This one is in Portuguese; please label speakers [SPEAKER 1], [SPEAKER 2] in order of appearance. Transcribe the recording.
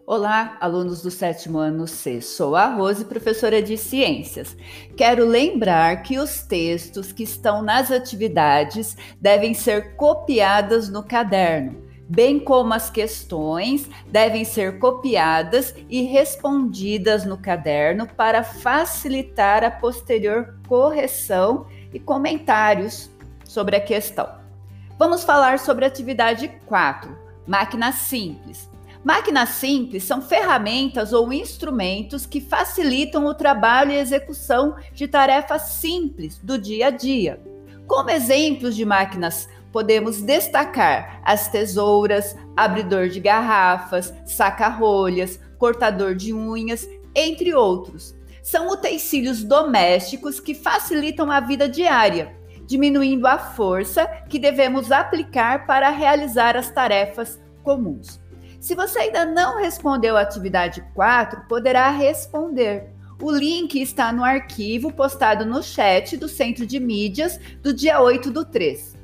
[SPEAKER 1] Olá, alunos do sétimo ano C. Sou a Rose, professora de ciências. Quero lembrar que os textos que estão nas atividades devem ser copiados no caderno, bem como as questões devem ser copiadas e respondidas no caderno para facilitar a posterior correção e comentários sobre a questão. Vamos falar sobre a atividade 4, máquina simples. Máquinas simples são ferramentas ou instrumentos que facilitam o trabalho e execução de tarefas simples do dia a dia. Como exemplos de máquinas, podemos destacar as tesouras, abridor de garrafas, saca-rolhas, cortador de unhas, entre outros. São utensílios domésticos que facilitam a vida diária, diminuindo a força que devemos aplicar para realizar as tarefas comuns. Se você ainda não respondeu a atividade 4, poderá responder. O link está no arquivo postado no chat do Centro de Mídias do dia 8/3.